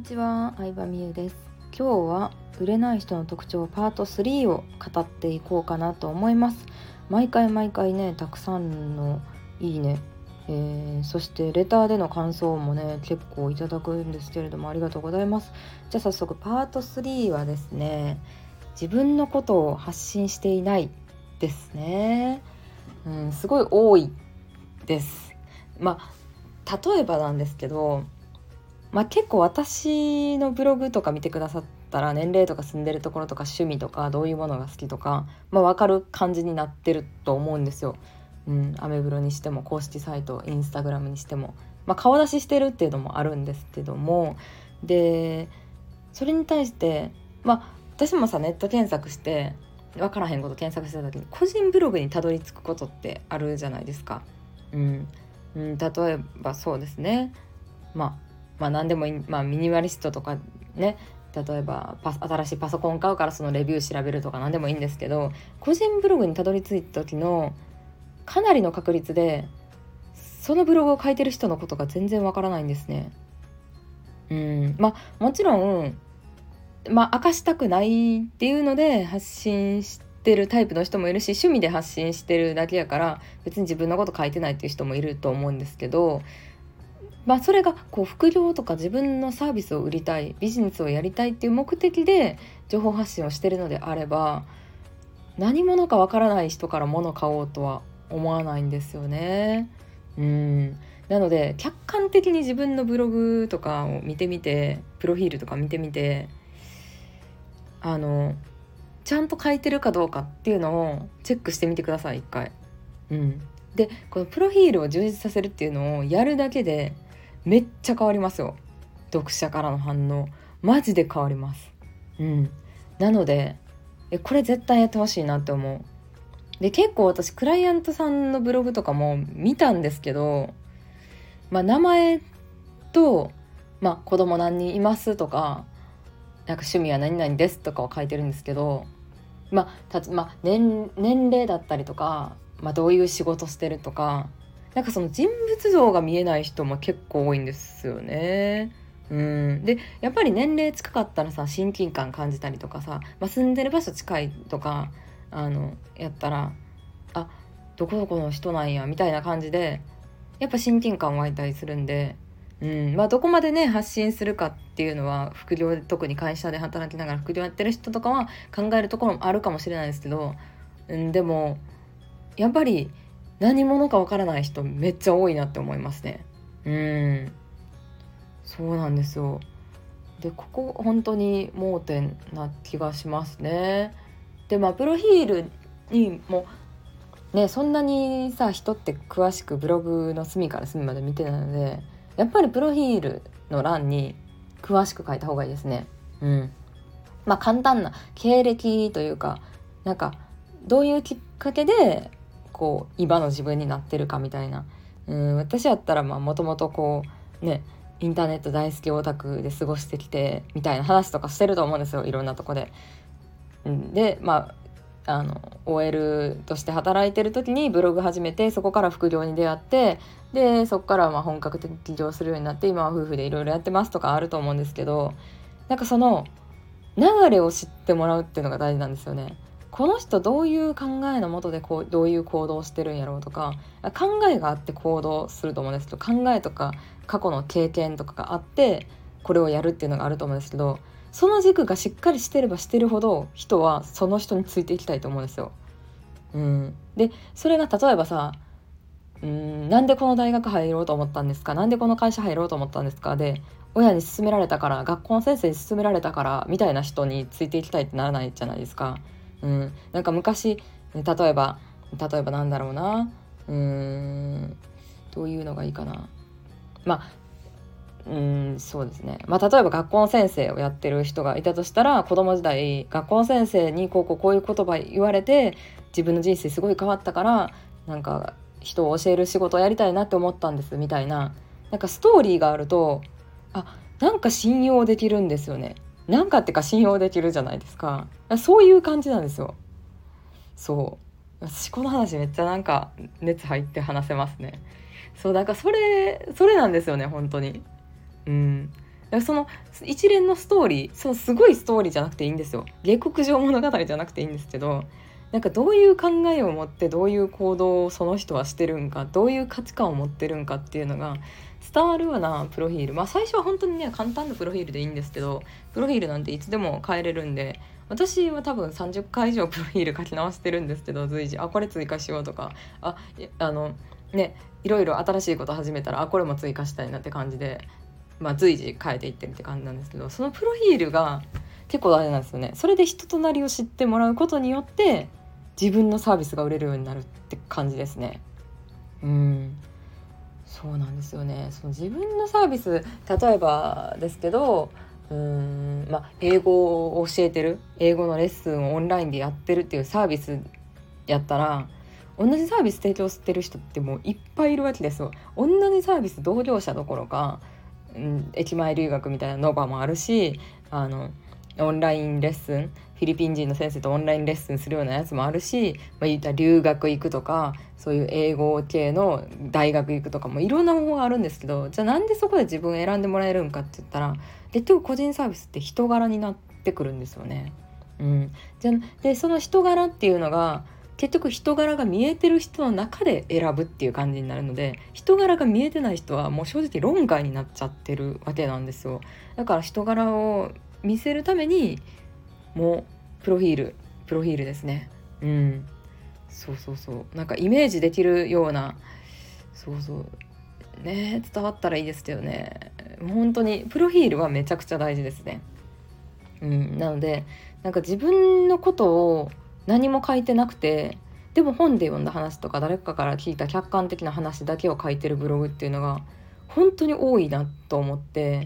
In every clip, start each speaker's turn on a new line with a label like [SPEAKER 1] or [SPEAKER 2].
[SPEAKER 1] ちは、相葉美優です。今日は売れない人の特徴パート3を語っていこうかなと思います。毎回ね、たくさんのいいね、そしてレターでの感想もね結構いただくんですけれども、ありがとうございます。じゃあ早速パート3はですね、自分のことを発信していないですね。すごい多いです。例えばなんですけど、結構私のブログとか見てくださったら、年齢とか住んでるところとか趣味とかどういうものが好きとか、分かる感じになってると思うんですよ。アメブロにしても公式サイトインスタグラムにしても、顔出ししてるっていうのもあるんですけども、でそれに対して私もネット検索して分からへんこと検索した時に個人ブログにたどり着くことってあるじゃないですか。例えばそうですね、何でもいい、ミニマリストとかね、例えば新しいパソコン買うからそのレビュー調べるとか何でもいいんですけど、個人ブログにたどり着いた時のかなりの確率でそのブログを書いてる人のことが全然わからないんですね。もちろん明かしたくないっていうので発信してるタイプの人もいるし、趣味で発信してるだけやから別に自分のこと書いてないっていう人もいると思うんですけど、それが副業とか自分のサービスを売りたい、ビジネスをやりたいっていう目的で情報発信をしているのであれば、何者かわからない人から物を買おうとは思わないんですよね。なので客観的に自分のブログとかを見てみて、プロフィールとか見てみて、ちゃんと書いてるかどうかっていうのをチェックしてみてください、一回。でこのプロフィールを充実させるっていうのをやるだけでめっちゃ変わりますよ。読者からの反応マジで変わります。なのでこれ絶対やってほしいなって思う。で結構私クライアントさんのブログとかも見たんですけど、名前と、子供何人いますとか、趣味は何々ですとかを書いてるんですけど、年齢だったりとか、どういう仕事してるとか、その人物像が見えない人も結構多いんですよね。でやっぱり年齢近かったら親近感感じたりとか住んでる場所近いとかやったら、どこどこの人なんやみたいな感じでやっぱ親近感湧いたりするんで、どこまでね発信するかっていうのは副業で、特に会社で働きながら副業やってる人とかは考えるところもあるかもしれないですけど、でもやっぱり何者かわからない人めっちゃ多いなって思いますね。そうなんですよ。でここ本当に盲点な気がしますね。でプロフィールにもね、そんなに人って詳しくブログの隅から隅まで見てないので、やっぱりプロフィールの欄に詳しく書いた方がいいですね。簡単な経歴というか、どういうきっかけで今の自分になってるかみたいな。私やったらもともとインターネット大好きオタクで過ごしてきてみたいな話とかしてると思うんですよ、いろんなとこで。でOL として働いてる時にブログ始めて、そこから副業に出会って、でそこから本格的に起業するようになって、今は夫婦でいろいろやってますとかあると思うんですけど、その流れを知ってもらうっていうのが大事なんですよね。この人どういう考えのもとでどういう行動をしてるんやろうとか、考えがあって行動すると思うんですけど、考えとか過去の経験とかがあってこれをやるっていうのがあると思うんですけど、その軸がしっかりしてればしてるほど人はその人についていきたいと思うんですよ。でそれが例えばなんでこの大学入ろうと思ったんですか、なんでこの会社入ろうと思ったんですかで、親に勧められたから、学校の先生に勧められたからみたいな人についていきたいってならないじゃないですか。昔例えばなんだろうな、どういうのがいいかな。そうですね。例えば学校の先生をやってる人がいたとしたら、子供時代学校の先生にこういう言葉言われて自分の人生すごい変わったから、人を教える仕事をやりたいなって思ったんですみたいな、ストーリーがあると信用できるんですよね。ってか信用できるじゃないですか。そういう感じなんですよ。私この話めっちゃ熱入って話せますね。それなんですよね、本当に。 からその一連のストーリー、そのすごいストーリーじゃなくていいんですよ。下克上物語じゃなくていいんですけど、なんかどういう考えを持ってどういう行動をその人はしてるんか、どういう価値観を持ってるんかっていうのが伝わるようなプロフィール。最初は本当にね簡単なプロフィールでいいんですけど、プロフィールなんていつでも変えれるんで、私は多分30回以上プロフィール書き直してるんですけど、随時これ追加しようとか、いろいろ新しいこと始めたらこれも追加したいなって感じで、随時変えていってるって感じなんですけど、そのプロフィールが結構大事なんですよね。それで人となりを知ってもらうことによって自分のサービスが売れるようになるって感じですね。そうなんですよね。その自分のサービス、例えばですけど、英語を教えてる、英語のレッスンをオンラインでやってるっていうサービスやったら、同じサービス提供してる人ってもういっぱいいるわけですよ。同じサービス同業者どころか、駅前留学みたいなノバもあるし、オンラインレッスン、フィリピン人の先生とオンラインレッスンするようなやつもあるし、言ったら留学行くとか、そういう英語系の大学行くとかもいろんな方法があるんですけど、じゃあなんでそこで自分を選んでもらえるんかって言ったら、結局個人サービスって人柄になってくるんですよね。でその人柄っていうのが結局人柄が見えてる人の中で選ぶっていう感じになるので、人柄が見えてない人はもう正直論外になっちゃってるわけなんですよ。だから人柄を見せるためにもうプロフィールですね。なんかイメージできるような、伝わったらいいですけどね。本当にプロフィールはめちゃくちゃ大事ですね。なのでなんか自分のことを何も書いてなくて、でも本で読んだ話とか誰かから聞いた客観的な話だけを書いてるブログっていうのが本当に多いなと思って、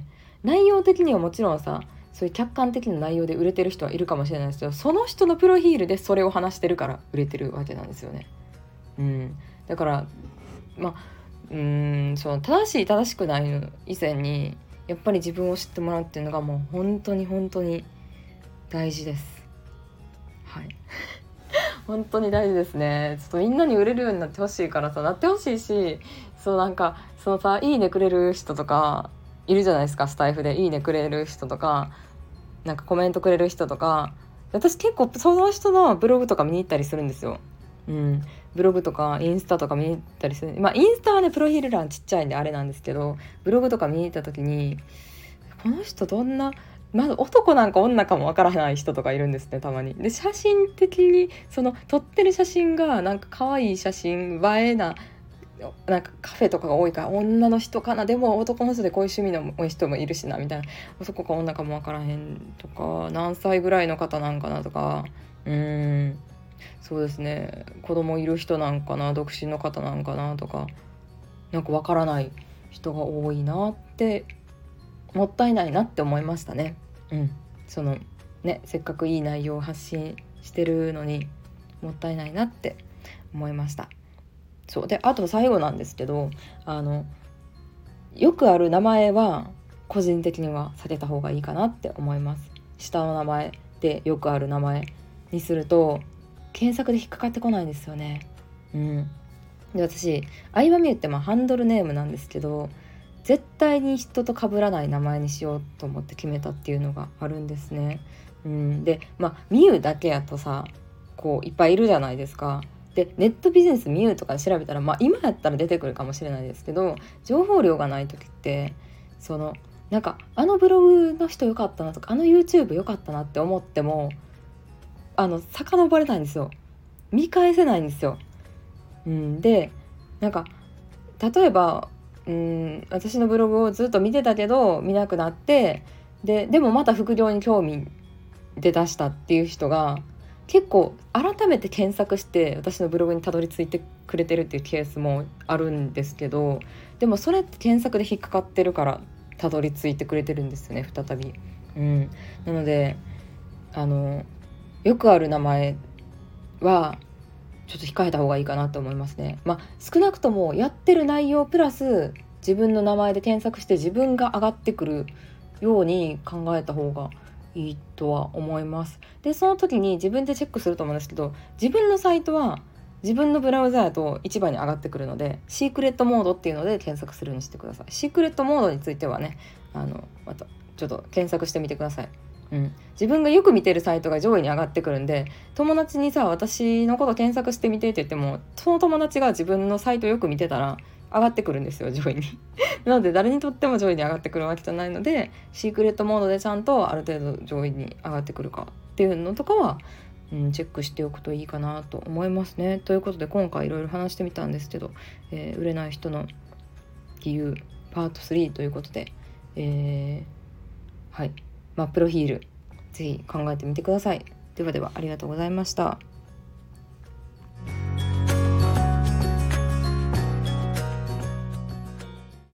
[SPEAKER 1] 内容的にはもちろんさ、そういう客観的な内容で売れてる人はいるかもしれないですけど、その人のプロフィールでそれを話してるから売れてるわけなんですよね。だからその正しい正しくないの以前にやっぱり自分を知ってもらうっていうのがもう本当に本当に大事です。はい本当に大事ですね。ちょっとみんなに売れるようになってほしいからさ、なってほしいし、なんかそのさ、いいねくれる人とかいるじゃないですか。スタイフでいいねくれる人とか、なんかコメントくれる人とか、私結構その人のブログとか見に行ったりするんですよ。ブログとかインスタとか見に行ったりする。インスタはねプロフィール欄ちっちゃいんであれなんですけど、ブログとか見に行った時にこの人どんな、まず男なんか女かもわからない人とかいるんですね、たまに。で写真的にその撮ってる写真がなんか可愛い写真、映えな、なんかカフェとかが多いから女の人かな、でも男の人でこういう趣味の人もいるしなみたいな、男か女かもわからへんとか、何歳ぐらいの方なんかなとか、そうですね、子供いる人なんかな、独身の方なんかなとか、なんかわからない人が多いなって、もったいないなって思いましたね。そのね、せっかくいい内容を発信してるのにもったいないなって思いました。そうで、あと最後なんですけど、よくある名前は個人的には避けた方がいいかなって思います。下の名前でよくある名前にすると検索で引っかかってこないんですよね。で私相葉美優ってハンドルネームなんですけど、絶対に人と被らない名前にしようと思って決めたっていうのがあるんですね。で美優だけやとさ、こういっぱいいるじゃないですか。でネットビジネス美優とかで調べたら、今やったら出てくるかもしれないですけど、情報量がない時ってなんかブログの人良かったなとかYouTube 良かったなって思っても遡れないんですよ。見返せないんですよ。でなんか例えば私のブログをずっと見てたけど見なくなって、でもまた副業に興味出だしたっていう人が結構改めて検索して私のブログにたどり着いてくれてるっていうケースもあるんですけど、でもそれって検索で引っかかってるからたどり着いてくれてるんですよね、再び。なのでよくある名前はちょっと控えた方がいいかなと思いますね。少なくともやってる内容プラス自分の名前で検索して自分が上がってくるように考えた方がいいとは思います。でその時に自分でチェックすると思うんですけど、自分のサイトは自分のブラウザやと1番に上がってくるので、シークレットモードっていうので検索するようにしてください。シークレットモードについてはね、またちょっと検索してみてください。自分がよく見てるサイトが上位に上がってくるんで、友達にさ、私のこと検索してみてって言っても、その友達が自分のサイトよく見てたら上がってくるんですよ、上位になので誰にとっても上位に上がってくるわけじゃないので、シークレットモードでちゃんとある程度上位に上がってくるかっていうのとかは、チェックしておくといいかなと思いますね。ということで今回いろいろ話してみたんですけど、売れない人の理由パート3ということで、はい、プロフィールぜひ考えてみてください。ではでは、ありがとうございました。